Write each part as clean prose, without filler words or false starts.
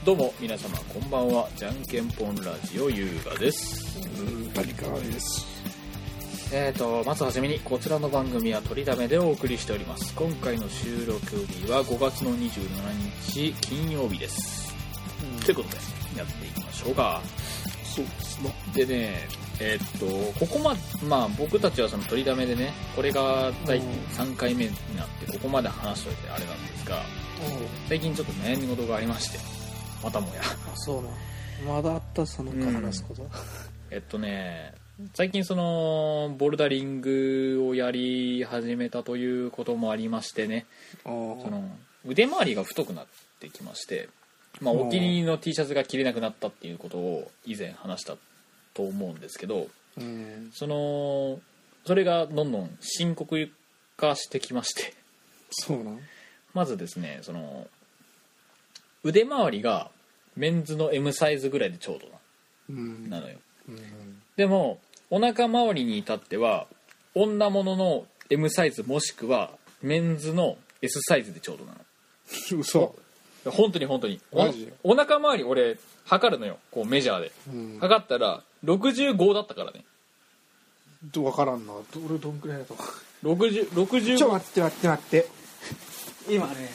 どうも皆様こんばんは。じゃんけんぽんラジオ優雅です。 谷川です。 まずはじめにこちらの番組は取りだめでお送りしております。今回の収録日は5月の27日金曜日です、ということでやっていきましょうか。 そうですね。 でねここまあ僕たちはその取りだめでね、これが第3回目になってここまで話しといてあれなんですが、最近ちょっと悩み事がありまして、またもや。 そうな。まだあったその話すこと。 最近そのボルダリングをやり始めたということもありましてね、その腕周りが太くなってきまして、お気に入りの T シャツが着れなくなったっていうことを以前話したと思うんですけど、それがどんどん深刻化してきまして、 そうな。 まずですね、その腕周りがメンズの M サイズぐらいでちょうどなのよ。でもお腹周りに至っては女物の M サイズもしくはメンズの S サイズでちょうどなの。 嘘。 本当にお腹周り俺測るのよ、こうメジャーで、測ったら65だったからね。 分からんな。俺どんくらいだと 60 ちょ待って今ね、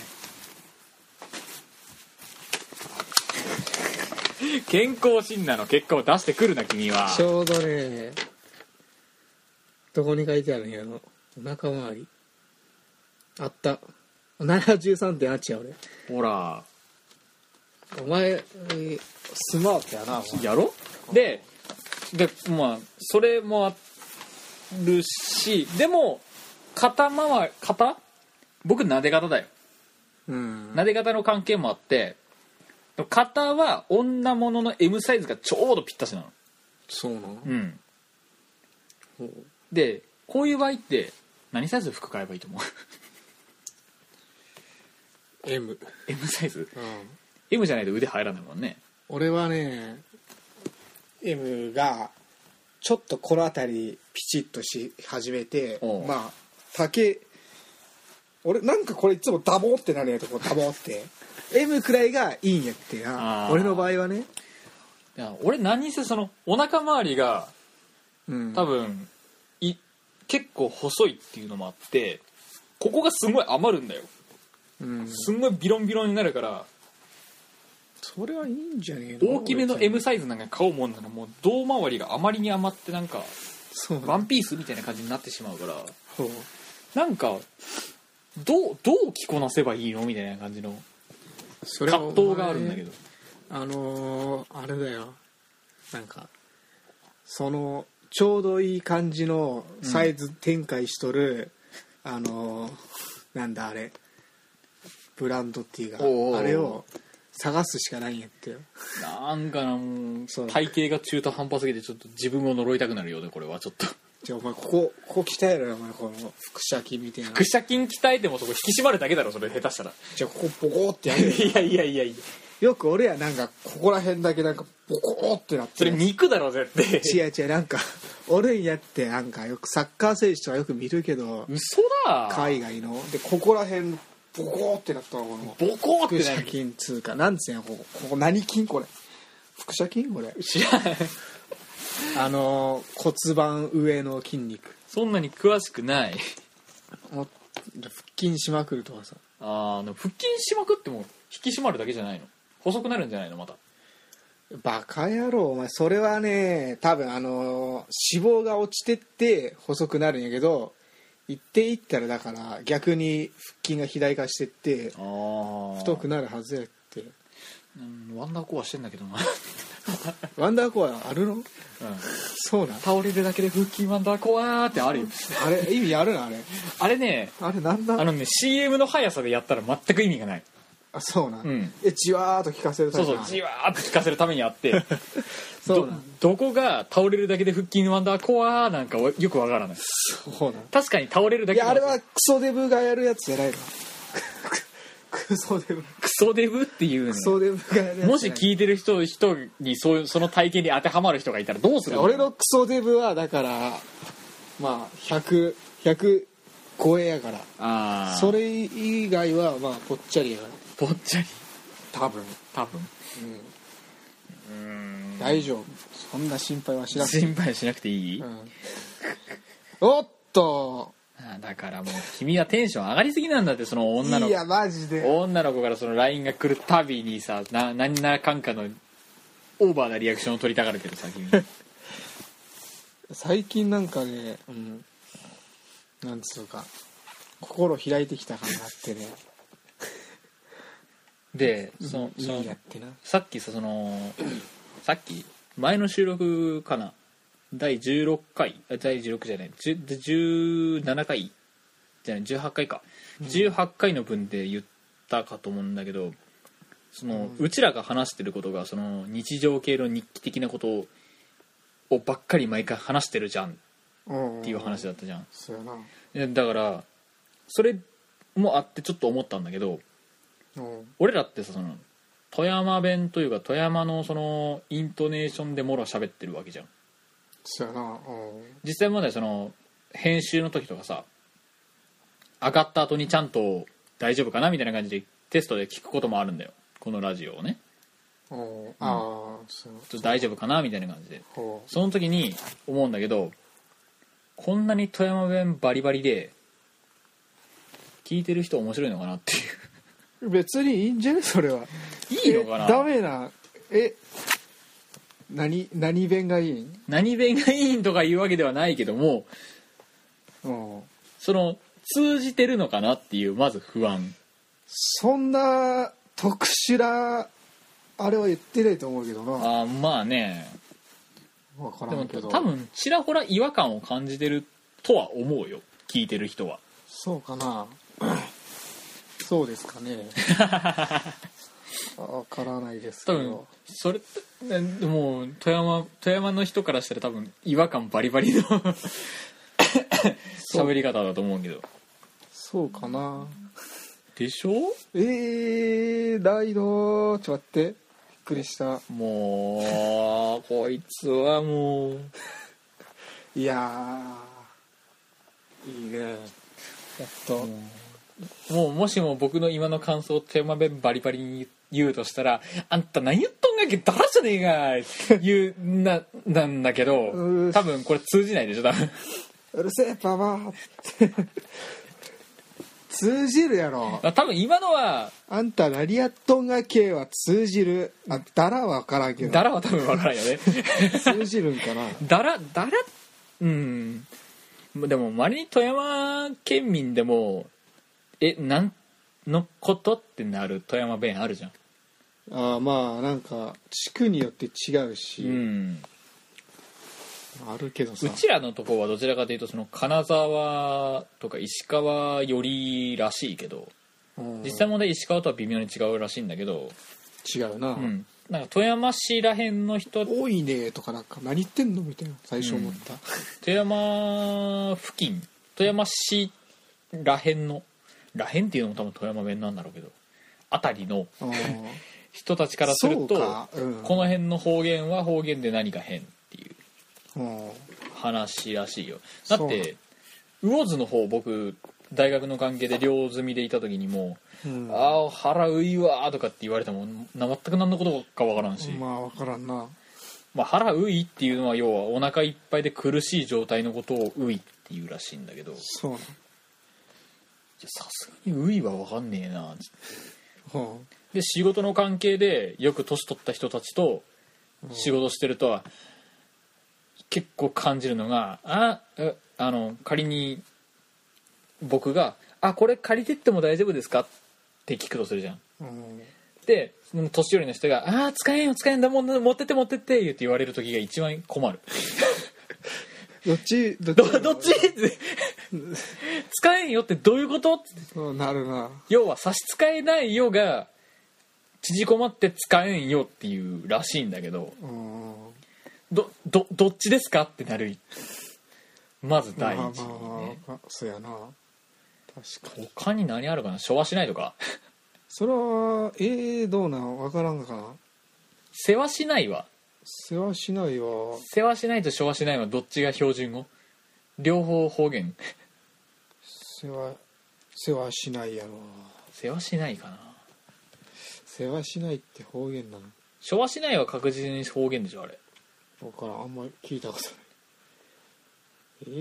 健康診断の結果を出してくるな君は。 ちょうどね、どこに書いてあるんやろ。お腹周りあった。 73.8 や俺。 ほらお前スマートやな。 やろ。でそれもあるし、でも肩僕なで肩だよ。なで肩の関係もあって、肩は女物の M サイズがちょうどぴったしなの。 そうなの。 でこういう場合って何サイズ服買えばいいと思う？ M サイズ、M じゃないと腕入らないもんね。 俺はね M がちょっとこの辺りピチッとし始めて、丈俺なんかこれいつもダボってなるやつ、こうダボって M くらいがいいんやってな。俺の場合はね。 いや俺何にせそのお腹周りが、多分結構細いっていうのもあって、ここがすごい余るんだよ。すんごいビロンビロンになるから、 それはいいんじゃねえの。 大きめの M サイズなんか買おうもんならもう胴回りがあまりに余ってなんかワンピースみたいな感じになってしまうから、なんかどう着こなせばいいのみたいな感じの葛藤があるんだけど、 あれだよ、なんかそのちょうどいい感じのサイズ展開しとる、なんだあれブランドっていうか、あれを探すしかないんやってよ。 なんかもう体型が中途半端すぎてちょっと自分を呪いたくなるよね、これはちょっと。じゃあお前ここ鍛えろよ、お前この腹斜筋みたいな。 腹斜筋鍛えてもそこ引き締まるだけだろそれ、下手したら。 じゃあここボコってやるいやよく俺やなんかここら辺だけなんかボコってなって、 それ肉だろ絶対。 違うなんか俺やってなんかよくサッカー選手とかよく見るけど、 嘘だ、 海外のでここら辺ボコってなったの。このボコって腹斜筋つうかなんつうやん、ここ何筋これ、腹斜筋これ知らない。 骨盤上の筋肉。 そんなに詳しくない。 腹筋しまくるとかさ。 腹筋しまくっても引き締まるだけじゃないの？細くなるんじゃないのまた。 バカ野郎お前、それはね多分脂肪が落ちてって細くなるんやけど、一定いったらだから逆に腹筋が肥大化してって太くなるはずやって。 ワンダーコアしてんだけどな。 ワンダーコアあるの？そうなん。 倒れるだけで腹筋ワンダーコアってあるよ。 あれ意味あるの？あれね、 あれなんだ CM の速さでやったら全く意味がない。 あ、そうなん。じわーっと効かせるために。 そうじわーっと効かせるためにあってそうなん。どこが倒れるだけで腹筋ワンダーコアなんかよくわからない。 そうなん。 確かに倒れるだけ。 いやあれはクソデブがやるやつじゃないの。クソデブっていうね。クソデブがやるやつ。 もし聞いてる人にその体型に当てはまる人がいたらどうするの？ 俺のクソデブはだから100超えやから。それ以外はぽっちゃりやから。 ぽっちゃり。 多分、大丈夫、そんな心配はしなくていい。 心配しなくていい、 おっと、 だからもう君はテンション上がりすぎなんだって。その女のいやマジで女の子からその LINE が来るたびにさ、何らかんかのオーバーなリアクションを取りたがるけどさ、君最近なんかね、なんつうか心開いてきた感があってね。 でいいやってな。 さっきさ、さっき前の収録かな、第16回第16じゃない17回じゃない18回か、18回の分で言ったかと思うんだけど、うちらが話してることがその日常系の日記的なことをばっかり毎回話してるじゃんっていう話だったじゃん。 そうやな。 だからそれもあってちょっと思ったんだけど、俺らってさ、富山弁というか富山のそのイントネーションでもろ喋ってるわけじゃん。 そうやな。 実際まで編集の時とかさ、上がった後にちゃんと大丈夫かなみたいな感じでテストで聞くこともあるんだよ、このラジオをね。 そうちょっと大丈夫かなみたいな感じで、その時に思うんだけど、こんなに富山弁バリバリで聞いてる人面白いのかなっていう。 別にいいんじゃねそれは。 いいのかな。 ダメな。何弁がいいん？ 何弁がいいんとかいうわけではないけども、通じてるのかなっていうまず不安。 そんな特殊なあれは言ってないと思うけどな。 まあね。 分からんけど。 でも多分ちらほら違和感を感じてるとは思うよ、聞いてる人は。 そうかな。そうですかね。分からないですけど。 多分それってもう富山の人からしたら多分違和感バリバリの喋り方だと思うけど。 そうかな。 でしょ。 ライドちょっと待って、びっくりした。 もうこいつはもういやいいね。やっともしも僕の今の感想を富山弁バリバリに言うとしたら、あんた何言っとんがけだらじゃねえかって言うなんだけど、多分これ通じないでしょ多分。 うるせえパパって通じるやろ。 多分今のはあんた何やっとんがけは通じる。だらは分からんけど。 だらは多分分からんよね。 通じるんかな。 だらでも周りに富山県民でもなんのことってなる富山弁あるじゃん。 まあなんか地区によって違うし、あるけどさ、 うちらのとこはどちらかというと金沢とか石川よりらしいけど、実際問題石川とは微妙に違うらしいんだけど。 違うな。 なんか富山市らへんの人多いねとかなんか何言ってんのみたいな最初思った、 富山付近富山市らへんっていうのも多分富山弁なんだろうけど、あたりの人たちからすると、この辺の方言は方言で何か変っていう話らしいよ。だって魚津の方、僕大学の関係で寮住みでいた時にも、腹ういわとかって言われても全く何のことかわからんし、 分からんな。 腹ういっていうのは要はお腹いっぱいで苦しい状態のことをういっていうらしいんだけど、 そうな。 さすがにういは分かんねえなって。で仕事の関係でよく年取った人たちと仕事してると結構感じるのが、仮に僕がこれ借りてっても大丈夫ですかって聞くとするじゃん。で年寄りの人が使えんよ使えんだもん持ってって言って言われる時が一番困る。 どっち使えんよってどういうことってなるな。 要は差し支えないよが縮こまって使えんよっていうらしいんだけど、どっちですかってなる。まず第一にね。 そうやな。確かに。 他に何あるかな。昭和しないとか。 それはどうなん分からんかな。 世話しないわ。 世話しないわ。 世話しないと昭和しないはどっちが標準語？両方方言。 世話しないやろ。 世話しないかな。 世話しないって方言なの？ 世話しないは確実に方言でしょあれ。 分からん、あんまり聞いたことない。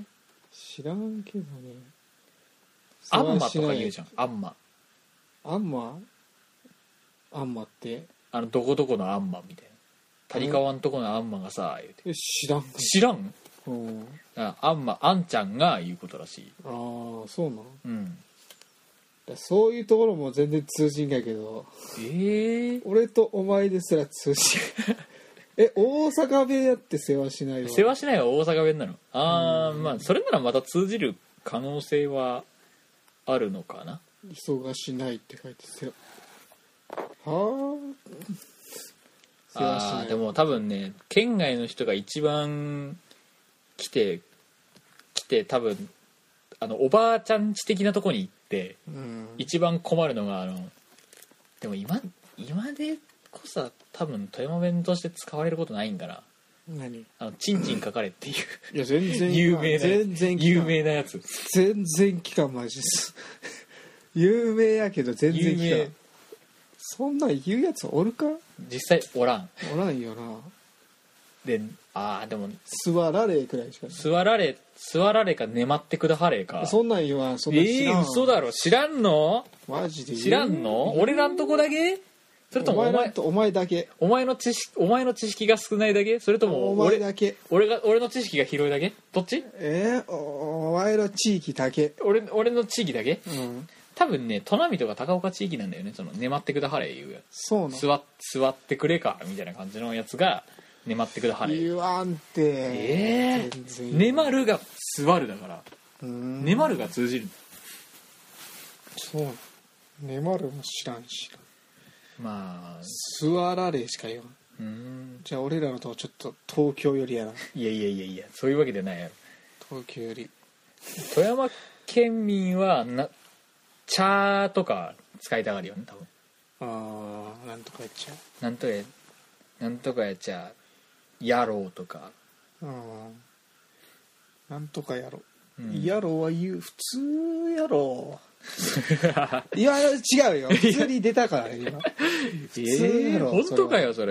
知らんけどね。 あんまとか言うじゃん。あんまあんまってどこどこのあんまみたいな。谷川んとこのあんまがさ言うて。知らん？あんまあんちゃんが言うことらしい。 ああそうなの。 うん。 そういうところも全然通じんがけど、俺とお前ですら通じん大阪弁やって世話しないわ。 世話しないは大阪弁なの？まあそれならまた通じる可能性はあるのかな。 忙しないって書いてはあ。でも多分ね、県外の人が一番来て多分おばあちゃん家的なとこに行って、一番困るのがでも今でこそ多分富山弁として使われることないんかな。 何？ チンチンかかれっていういや全然有名なやつ。 全然聞かんマジです有名やけど全然聞かん。そんなん言うやつおるか？ 実際おらんよな。 ででも座られくらいしか。 座られか眠ってくだはれか。 そんなん言わん。そんなん知らん。 嘘だろ。知らんの？ マジで知らんの？俺らんとこだけ？それともお前だけ？ お前の知識が少ないだけ？それともお前だけ？ 俺の知識が広いだけ？どっち？ お前の地域だけ。 俺の地域だけ？多分ね、砺波とか高岡地域なんだよね。その眠ってくだはれいうやつ。 そうなの？ 座ってくれかみたいな感じのやつが眠ってくだはれ。 言わんて。 眠るが座るだから。眠るが通じる。 そう。眠るも知らんし。 まあ座られしか言わん。じゃあ俺らのとこちょっと東京よりやな。 いやそういうわけでないやろ。 東京より。 富山県民は茶とか使いたがるよね多分。 なんとかやっちゃう。 なんとかやっちゃやろうとか。 なんとかやろう。やろうは言う。普通やろう。いや違うよ。普通に出たからね今。普通やろ。 本当かよそれ。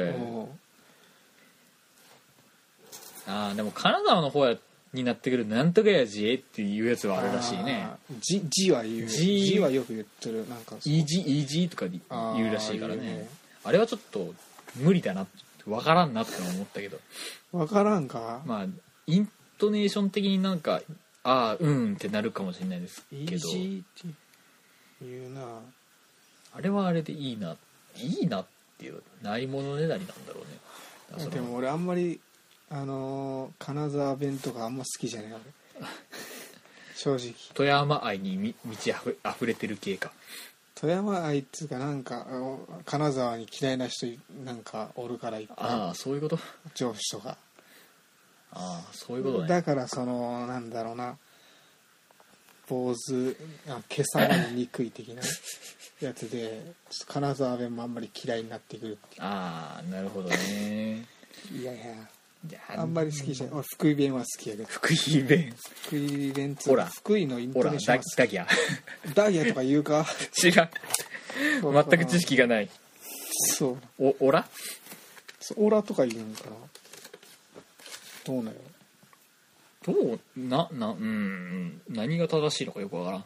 でも金沢の方になってくるなんとかやじっていうやつはあるらしいね。 じは言う。じはよく言ってる。なんかイージーとか言うらしいからね。あれはちょっと無理だな、わからんなって思ったけど。 わからんか。 まあイントネーション的になんかってなるかもしれないですけど。イージーって言うな。 あれはあれでいいなっていうないものねだりなんだろうね。 でも俺あんまり金沢弁とかあんま好きじゃない俺正直。 富山愛に満ち溢れてる系か。 富山愛っていうかなんか金沢に嫌いな人なんかおるからいっぱい。 そういうこと。 上司とか。 そういうことね。 だからなんだろうな、坊主今朝まで憎い的なやつでちょっと金沢弁もあんまり嫌いになってくるっていう。 なるほどね。 いやあんまり好きじゃない。福井弁は好きやけど。福井弁って福井のイントネーションダギャダギャとか言うか。 違う、全く知識がない。 そうオラとか言うんかな。どうなよ。 何が正しいのかよくわからん。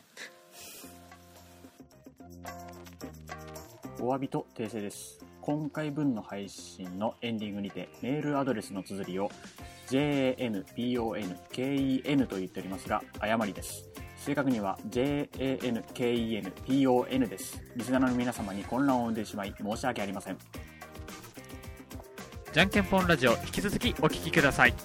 お詫びと訂正です。今回分の配信のエンディングにてメールアドレスの綴りを JANPONKEN と言っておりますが誤りです。正確には JANKENPON です。リスナーの皆様に混乱を生んでしまい申し訳ありません。 じゃんけんぽんラジオ引き続きお聞きください。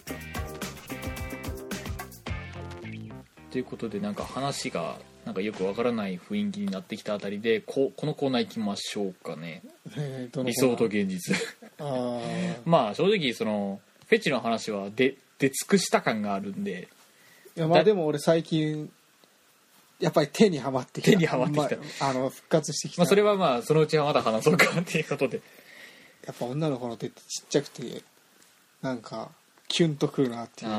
ということでなんか話がなんかよくわからない雰囲気になってきたあたりでこのコーナー行きましょうかね。理想と現実まあ正直そのフェチの話は出尽くした感があるんで。 いやでも俺最近やっぱり手にはまってきた。復活してきた。 それはそのうちはまだ話そうかっていうことで。 やっぱ女の子の手ってちっちゃくてなんかキュンとくるなっていう。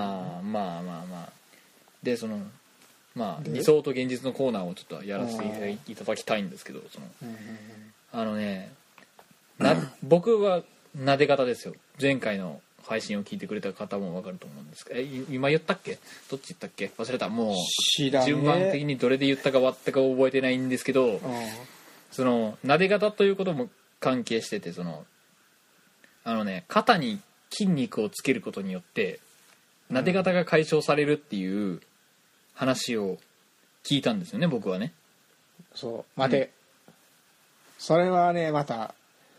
で理想と現実のコーナーをちょっとやらせていただきたいんですけど、 僕はなで方ですよ。前回の配信を聞いてくれた方も分かると思うんですけど、今言ったっけ、どっち言ったっけ忘れた。もう順番的にどれで言ったか全く覚えてないんですけど、そのなで方ということも関係してて、その肩に筋肉をつけることによってなで方が解消されるっていう話を聞いたんですよね、僕はね。 そう待て、それはねまた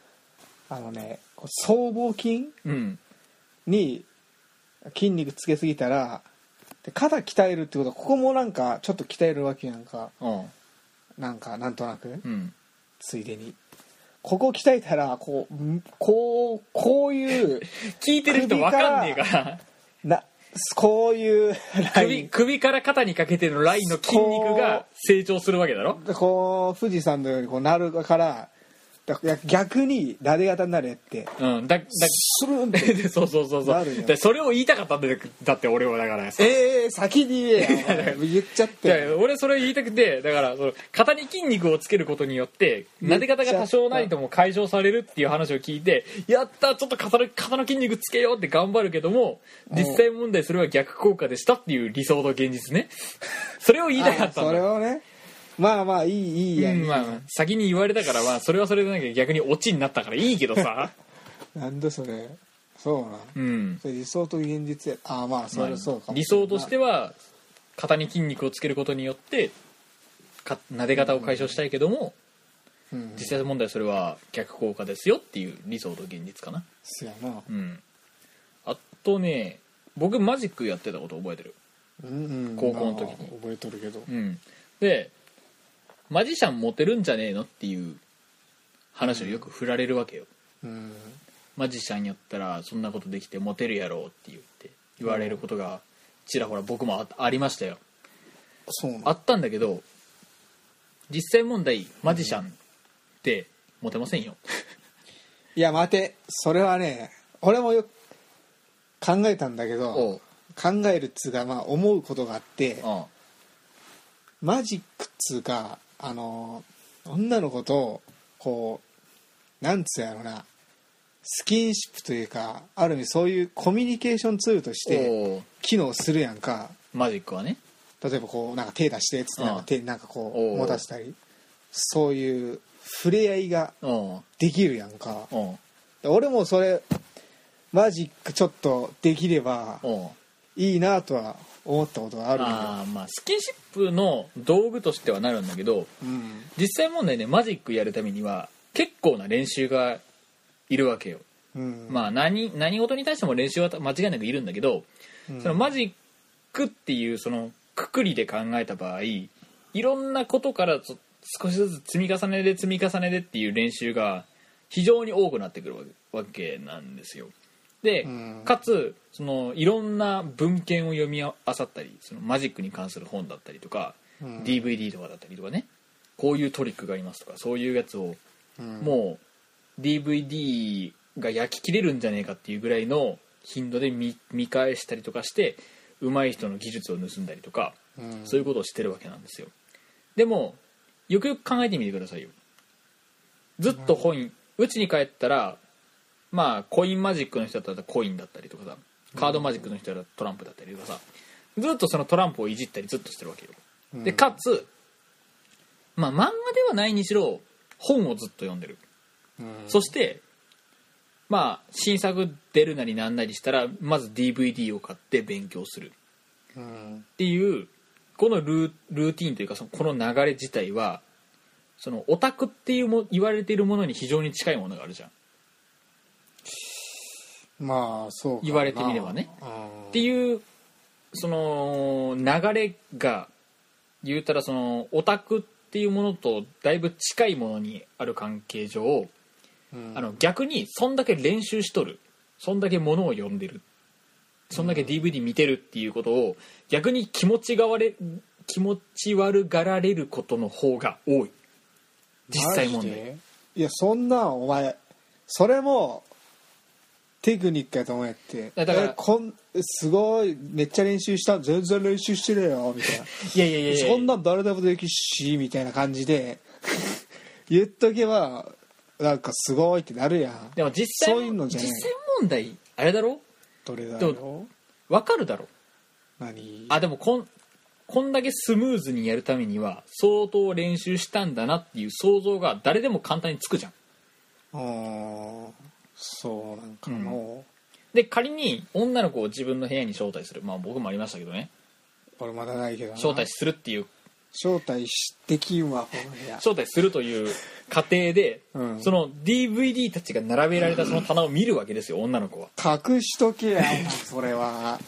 僧帽筋に筋肉つけすぎたら、で肩鍛えるってことはここもなんかちょっと鍛えるわけやんか。なんとなく、ついでにここ鍛えたらこういう聞いてる人分かんねえからこういうライン首から肩にかけてのラインの筋肉が成長するわけだろ。 こう富士山のようにこうなるから逆になで方になれって、スルンってそうそれを言いたかったんだって俺は。だから先に言えや言っちゃって俺それ言いたくて、だからその肩に筋肉をつけることによってなで方が多少なりとも解消されるっていう話を聞いて、やったちょっと肩の筋肉つけようって頑張るけども、実際問題それは逆効果でしたっていう理想の現実ね。それを言いたかったんだ。 それをね、まあいいや、 先に言われたから、それはそれでなきゃ逆にオチになったからいいけどさなんだそれ。そうな、それ理想と現実や。それそうかも。 理想としては肩に筋肉をつけることによってなで方を解消したいけども、実際問題それは逆効果ですよっていう理想と現実かな。 そうやな。 あとね、僕マジックやってたこと覚えてる。高校の時に覚えとるけど、 でマジシャンモテるんじゃねえのっていう話をよく振られるわけよ。マジシャンやったらそんなことできてモテるやろうって言われることがちらほら僕も ありましたよ。あったんだけど、実際問題マジシャンってモテませんよ。 いや待て、それはね俺もよく考えたんだけど、考えるっつうか思うことがあって、マジックっつうか女の子とこうなんつうやろな、スキンシップというか、ある意味そういうコミュニケーションツールとして機能するやんか。 マジックはね、 例えばこうなんか手出してっつって手なんかこう持たせたり、そういう触れ合いができるやんか。俺もそれマジックちょっとできればいいなとは思ったことがあるんだよ。 スキンシップの道具としてはなるんだけど、実際問題ね、マジックやるためには結構な練習がいるわけよ。何事に対しても練習は間違いなくいるんだけど、そのマジックっていうそのくくりで考えた場合、いろんなことから少しずつ積み重ねでっていう練習が非常に多くなってくるわけなんですよ。で、かつそのいろんな文献を読み漁ったり、そのマジックに関する本だったりとか、DVD とかだったりとかね、こういうトリックがありますとか、そういうやつを、もう DVD が焼き切れるんじゃねえかっていうぐらいの頻度で見返したりとかして、上手い人の技術を盗んだりとか、そういうことをしてるわけなんですよ。でもよくよく考えてみてくださいよ。ずっと本、家に帰ったらコインマジックの人だったらコインだったりとかさ、カードマジックの人だったらトランプだったりとかさ、ずっとそのトランプをいじったりずっとしてるわけよ。でかつ漫画ではないにしろ本をずっと読んでる。そして新作出るなりなんなりしたらまず DVD を買って勉強するっていう、このルーティーンというか、この流れ自体はそのオタクっていう言われているものに非常に近いものがあるじゃん。 そうか、 言われてみればねっていうその流れが言うたら、そのオタクっていうものとだいぶ近いものにある関係上、逆にそんだけ練習しとる、そんだけものを読んでる、そんだけ DVD 見てるっていうことを逆に気持ち悪がられることの方が多い、実際問題。 いやそんなお前それもテクニックやと思えって。だからすごいめっちゃ練習した、全然練習してるよみたいな。いやそんなん誰でもできるしみたいな感じで言っとけばなんかすごいってなるやん。 でも実際そういうのじゃない。 実際問題あれだろ、 どれだでろ分かるだろ。 何あ、でもこんだけスムーズにやるためには相当練習したんだなっていう想像が誰でも簡単につくじゃん。 そうなんかな、 で仮に女の子を自分の部屋に招待する、まあ僕もありましたけどね、 俺まだないけどな。 招待するっていう招待できんわこの部屋。 招待するという過程で、その DVD たちが並べられたその棚を見るわけですよ、女の子は。 隠しとけやそれは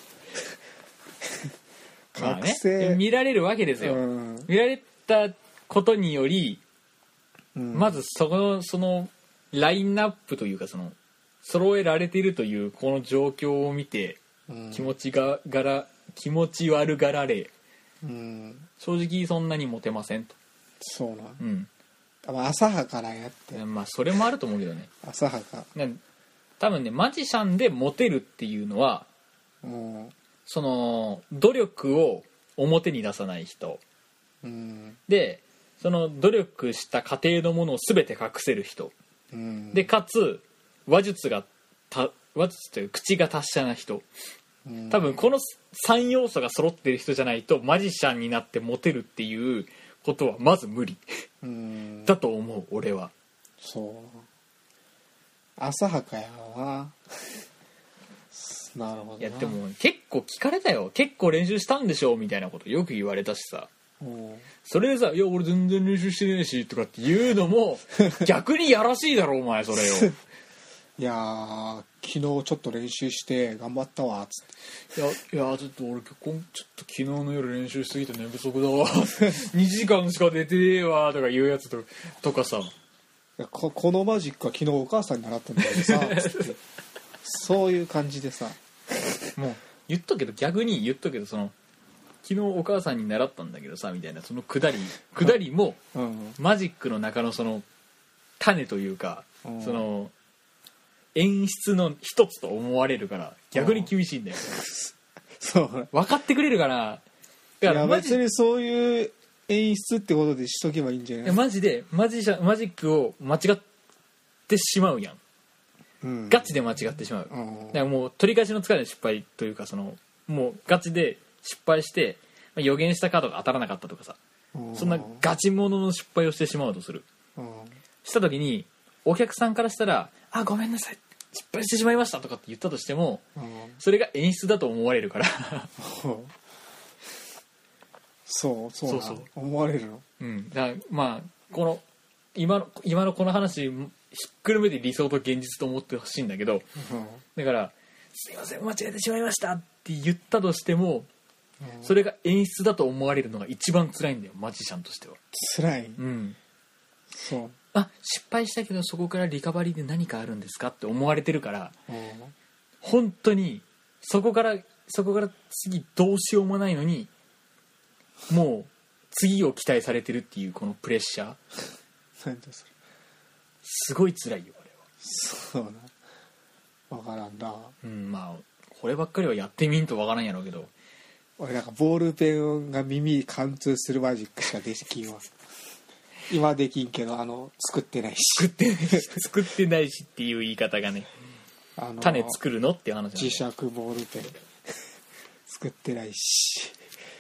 まあ隠せ、 ね、見られるわけですよ、見られたことにより、まずそのラインナップというか、その揃えられているというこの状況を見て、気持ち悪がられ、正直そんなにモテませんと。 そうな、浅はからやって、 まあそれもあると思うけどね。 浅はか、 多分ね、マジシャンでモテるっていうのは、その努力を表に出さない人、でその努力した過程のものを全て隠せる人、でかつ話術というか口が達者な人、多分この3要素が揃ってる人じゃないとマジシャンになってモテるっていうことはまず無理だと思う、俺は。 そう浅はかやななるほどな。 いやでも結構聞かれたよ、結構練習したんでしょみたいなことよく言われたしさ、それでさ「いや俺全然練習してねえし」とかって言うのも逆にやらしいだろお前それよいやー昨日ちょっと練習して頑張ったわっつって、いやちょっと俺ちょっと昨日の夜練習しすぎて寝不足だわ2時間しか寝てねえわとか言うやつとかさ、 このマジックは昨日お母さんに習ったんだけどさつってそういう感じでさ、 もう言っとくけどその昨日お母さんに習ったんだけどさみたいなそのくだりも、マジックの中のその種というか、その演出の一つと思われるから逆に厳しいんだよ、 そう分かってくれるかな。 だから別にそういう演出ってことでしとけばいいんじゃない？ マジでマジックを間違ってしまうやん、ガチで間違ってしまう、だからもう取り返しのつかない失敗というか、そのもうガチで失敗して予言したカードが当たらなかったとかさ、そんなガチモノの失敗をしてしまうとする、した時にお客さんからしたら「あごめんなさい失敗してしまいました」とかって言ったとしても、それが演出だと思われるからそう思われるの。 だからまあこの今のこの話ひっくるめて理想と現実と思ってほしいんだけど、だから「すいません間違えてしまいました」って言ったとしても、それが演出だと思われるのが一番辛いんだよマジシャンとしては。 辛い。そう。 失敗したけどそこからリカバリーで何かあるんですかって思われてるから、本当にそこから次どうしようもないのにもう次を期待されてるっていうこのプレッシャー何だそれ。 すごい辛いよあれは。 そうな、分からんな。 まあこればっかりはやってみんと分からんやろうけど、 俺なんかボールペンが耳に貫通するマジックしかできんわ今できんけど作ってないし作ってないしっていう言い方がね、種作るのっていう話なんで、 磁石ボールペン作ってないし。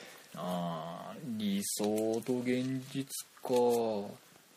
理想と現実か、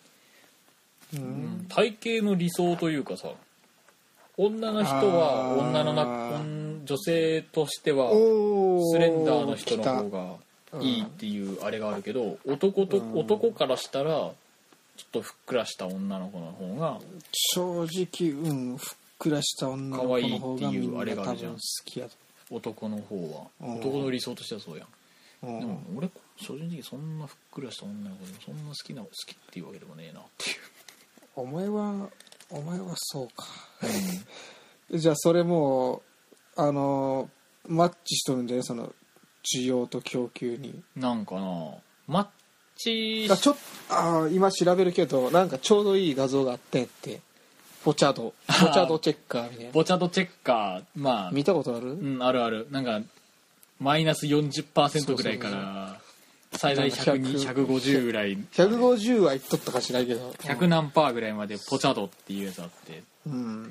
体型の理想というかさ、女の人は女性としてはスレンダーの人の方がいいっていうあれがあるけど、男からしたらちょっとふっくらした女の子の方が正直ふっくらした女の子の方がみんな多分好きやと。 男の方は男の理想としてはそうやん。でも俺正直そんなふっくらした女の子でもそんな好きっていうわけでもねえなっていう。 お前はそうか、じゃあそれもマッチしとるんじゃないその需要と供給に。 なんかなマッチ今調べるけどなんかちょうどいい画像があってってボチャドチェッカーみたいな。 ボチャドチェッカー、まあ見たことある？ あるある。なんかマイナス 40% ぐらいから最大150ぐらい 150はいっとったかしらんけど 100何パーぐらいまでポチャドっていうやつあって、 うん、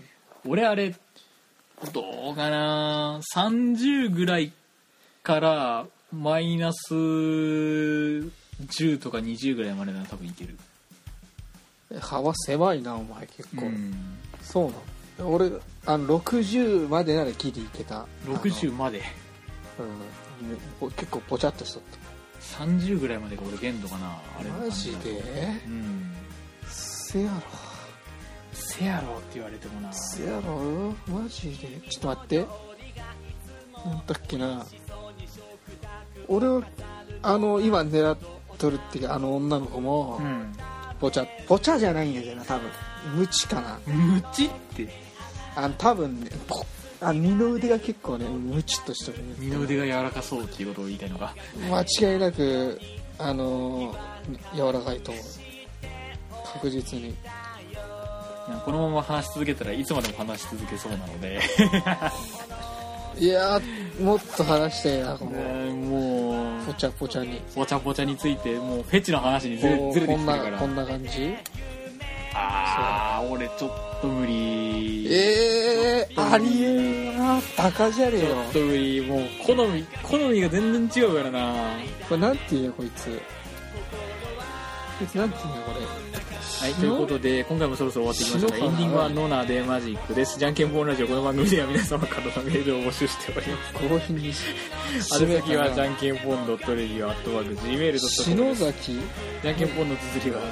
俺あれどうかな30ぐらいからマイナス10とか20ぐらいまでなら多分いける。 幅狭いなお前結構、 うん、 そうなの。俺60までならギリいけた。 60まで、 うん、結構ポチャっとしとった。 30ぐらいまでが俺限度かなあれ。 マジで、うん、せやろって言われてもな。 せやろマジで。ちょっと待って、なんだっけな、俺は今狙っとるっていうか女の子も、うん、ポチャじゃないんやけどな、多分ムチかな。 ムチって多分ね、二の腕が結構ねムチっとしてる、ね、 二の腕が柔らかそうっていうことを言いたいのか。 間違いなく柔らかいと思う、確実に。 このまま話し続けたらいつまでも話し続けそうなのでいやもっと話してな、 もうポチャポチャについてもうフェチの話にずれてきてるから。 こんな感じ。 俺ちょっと無理。 ありえんな、バカじゃねえよ。 ちょっと無理。もう好みが全然違うからな。 これなんていうのこいつなんていうのこれ。 はい、ということで今回もそろそろ終わっていきましょうか。エンディングはノナでマジックです。じゃんけんぽんラジオ、この番組では皆様からのメールを募集しております。 強引に宛先はじゃんけんぽん.radio@gmail.com 篠崎。 じゃんけんぽんの綴りは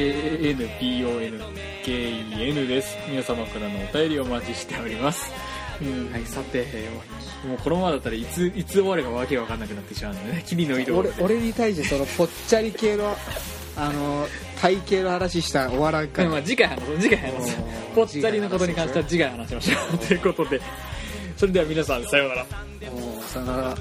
JNPONKEN です。皆様からのお便りをお待ちしております。はい、さて、もうこのままだったらいつ終わるかわけわかんなくなってしまうのでね、キリのいいところで。 俺に対してそのぽっちゃり系の体型の話したら終わらんから、 次回話す。ぽっちゃりのことに関しては次回話しましょうということで、それでは皆さんさようなら。 さよなら。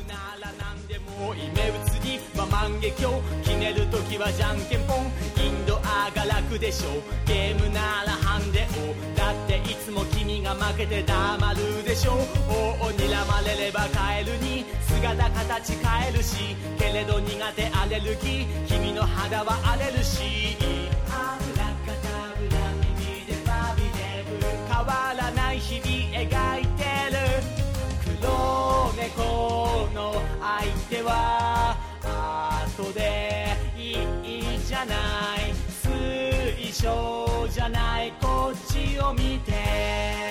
万華鏡決めるときはじゃんけんぽん。インドアが楽でしょ、ゲームならハンデを。だっていつも君が負けて黙るでしょ。王を睨まれればカエルに姿形変えるし、けれど苦手アレルギー、君の肌は荒れるし。アブラカタブラ耳でバビデブ、変わらない日々描いてる。黒猫の相手は後でいいじゃない、推奨じゃない、こっちを見て。